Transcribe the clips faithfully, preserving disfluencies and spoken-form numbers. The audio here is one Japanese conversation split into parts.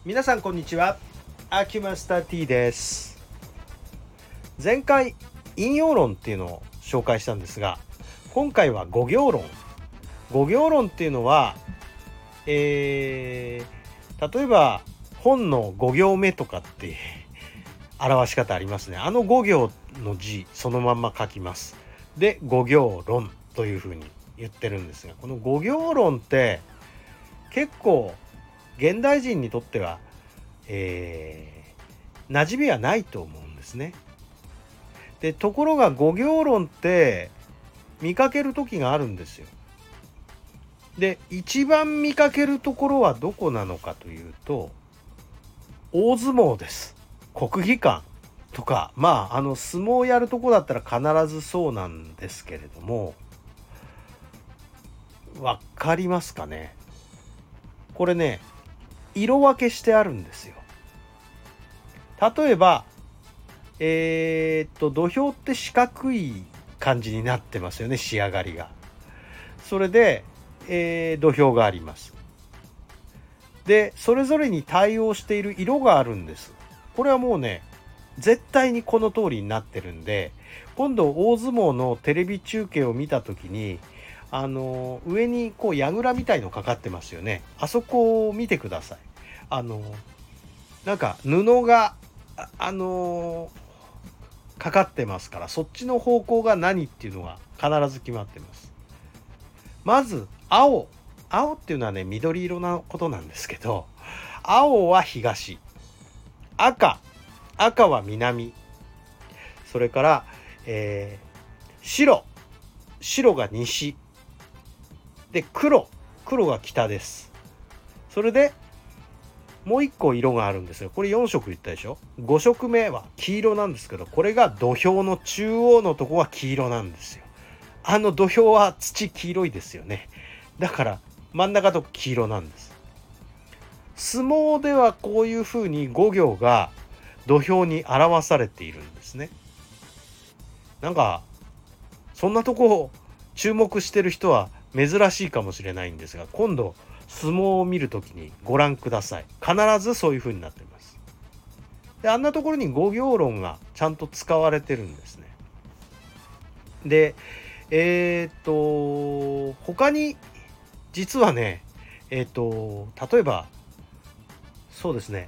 皆さんこんにちは。アキュマスター T です。前回引用論っていうのを紹介したんですが、今回は語行論。語行論っていうのは、えー、例えば本のご行目とかって表し方ありますね。あのご行の字そのまんま書きます。で、語行論というふうに言ってるんですが、この語行論って結構現代人にとっては、えー、馴染みはないと思うんですね。で、ところが語行論って見かける時があるんですよ。で、一番見かけるところはどこなのかというと、大相撲です。国技館とか、まああの相撲やるとこだったら必ずそうなんですけれども、わかりますかね。これね、色分けしてあるんですよ。例えば、えー、っと土俵って四角い感じになってますよね、仕上がりが。それで、えー、土俵があります。で、それぞれに対応している色があるんです。これはもうね、絶対にこの通りになってるんで、今度大相撲のテレビ中継を見た時に、あの上にこう櫓みたいのかかってますよね。あそこを見てください。あのなんか布があ、あのかかってますから、そっちの方向が何っていうのが必ず決まってます。まず青青っていうのはね、緑色なことなんですけど、青は東、赤赤は南、それから、えー、白白が西で、黒黒が北です。それでもう一個色があるんですよ。これよん色言ったでしょ。ご色目は黄色なんですけど、これが土俵の中央のとこは黄色なんですよ。あの土俵は土黄色いですよね。だから真ん中と黄色なんです。相撲ではこういうふうにご行が土俵に表されているんですね。なんかそんなとこ注目してる人は珍しいかもしれないんですが、今度相撲を見るときにご覧ください。必ずそういう風になっています。で、あんなところに語行論がちゃんと使われてるんですね。で、えー、っと他に実はね、えー、っと例えばそうですね、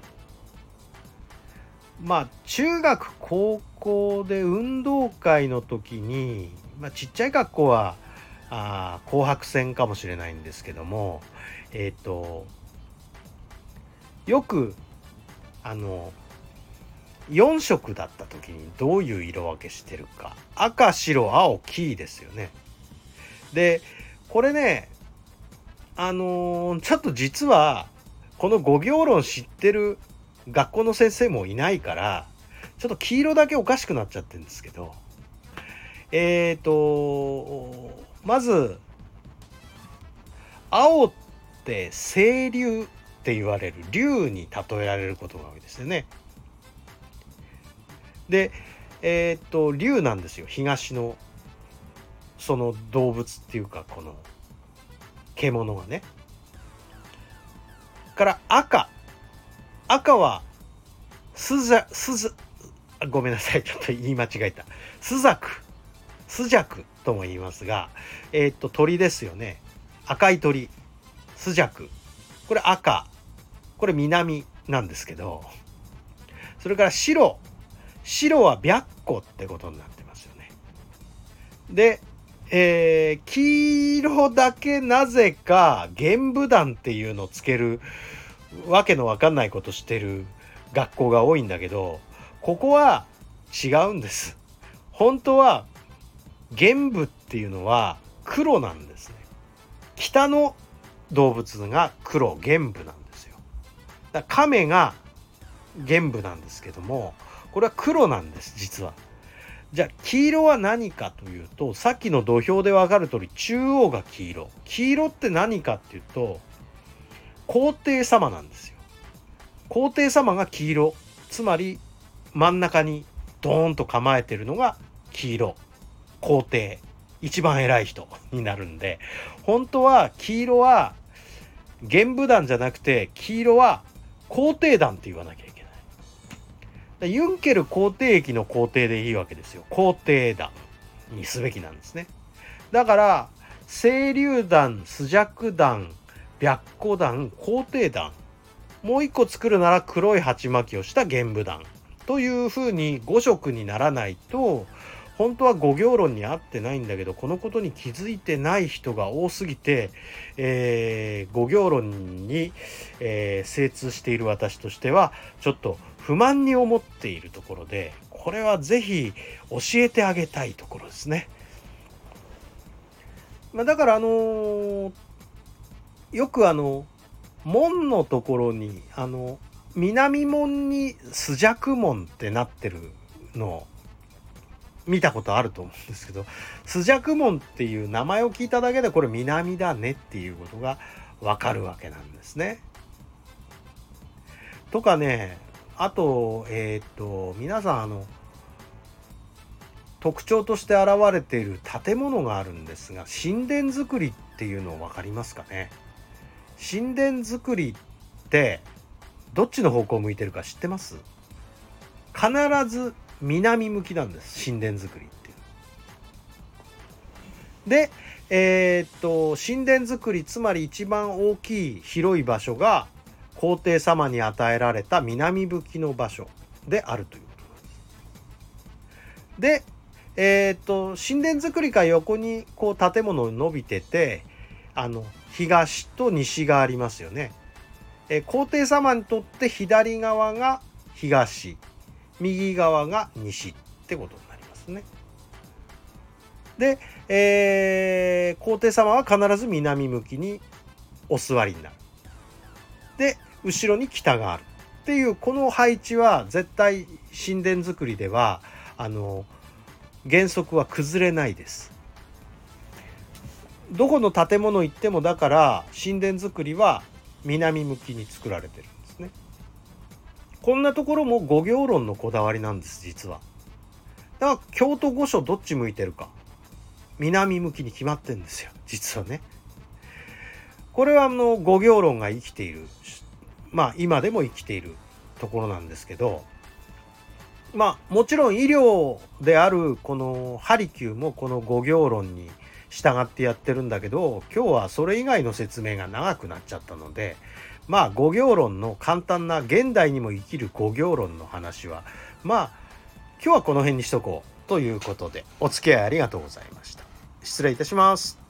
まあ中学高校で運動会の時に、まあ、ちっちゃい学校はあ紅白戦かもしれないんですけども、えっとよくあのよん色だった時にどういう色分けしてるか、赤白青黄ですよね。でこれね、あのー、ちょっと実はこの語行論知ってる学校の先生もいないから、ちょっと黄色だけおかしくなっちゃってるんですけど、えっとまず青って清流って言われる竜に例えられることが多いですよね。で、えっと竜なんですよ、東のその動物っていうか、この獣がね。から赤赤はスザスズごめんなさい、ちょっと言い間違えた。スザクスジャクとも言いますが、えっと鳥ですよね。赤い鳥スジャク、これ赤、これ南なんですけど、それから白白は白虎ってことになってますよね。で、えー、黄色だけなぜか玄武団っていうのをつけるわけのわかんないことしてる学校が多いんだけど、ここは違うんです。本当は玄武っていうのは黒なんですね。北の動物が黒、玄武なんですよ。だから亀が玄武なんですけども、これは黒なんです実は。じゃあ黄色は何かというと、さっきの土俵で分かる通り中央が黄色。黄色って何かっていうと、皇帝様なんですよ。皇帝様が黄色、つまり真ん中にドーンと構えてるのが黄色、皇帝、一番偉い人になるんで、本当は黄色は玄武団じゃなくて、黄色は肯定弾って言わなきゃいけない。ユンケル肯定液の肯定でいいわけですよ。肯定弾にすべきなんですね。だから青龍弾、朱雀弾、白虎弾、肯定弾、もう一個作るなら黒い鉢巻きをした玄武弾というふうにご色にならないと、本当は五行論に合ってないんだけど、このことに気づいてない人が多すぎて、えー、五行論に、えー、精通している私としてはちょっと不満に思っているところで、これはぜひ教えてあげたいところですね。まあ、だからあのー、よくあの門のところにあの南門に朱雀門ってなってるのを見たことあると思うんですけど、朱雀門っていう名前を聞いただけでこれ南だねっていうことがわかるわけなんですね。とかね、あとえっと皆さんあの特徴として現れている建物があるんですが、神殿造りっていうの分かりますかね。神殿造りってどっちの方向を向いてるか知ってます？必ず南向きなんです、神殿造りっていう。で、えー、っと神殿造り、つまり一番大きい広い場所が皇帝様に与えられた南向きの場所であるということなんです。で、えー、っと神殿造りが横にこう建物伸びてて、あの東と西がありますよね。え皇帝様にとって左側が東、右側が西ってことになりますね。で、えー、皇帝様は必ず南向きにお座りになる。で、後ろに北があるっていうこの配置は絶対神殿造りではあの原則は崩れないです。どこの建物行ってもだから神殿造りは南向きに作られてるんですね。こんなところも五行論のこだわりなんです、実は。だから京都御所どっち向いてるか、南向きに決まってるんですよ、実はね。これはあの五行論が生きている、まあ今でも生きているところなんですけど、まあもちろん医療であるこのハリキューもこの五行論に従ってやってるんだけど、今日はそれ以外の説明が長くなっちゃったので、まあ五行論の簡単な現代にも生きる五行論の話はまあ今日はこの辺にしとこうということで、お付き合いありがとうございました。失礼いたします。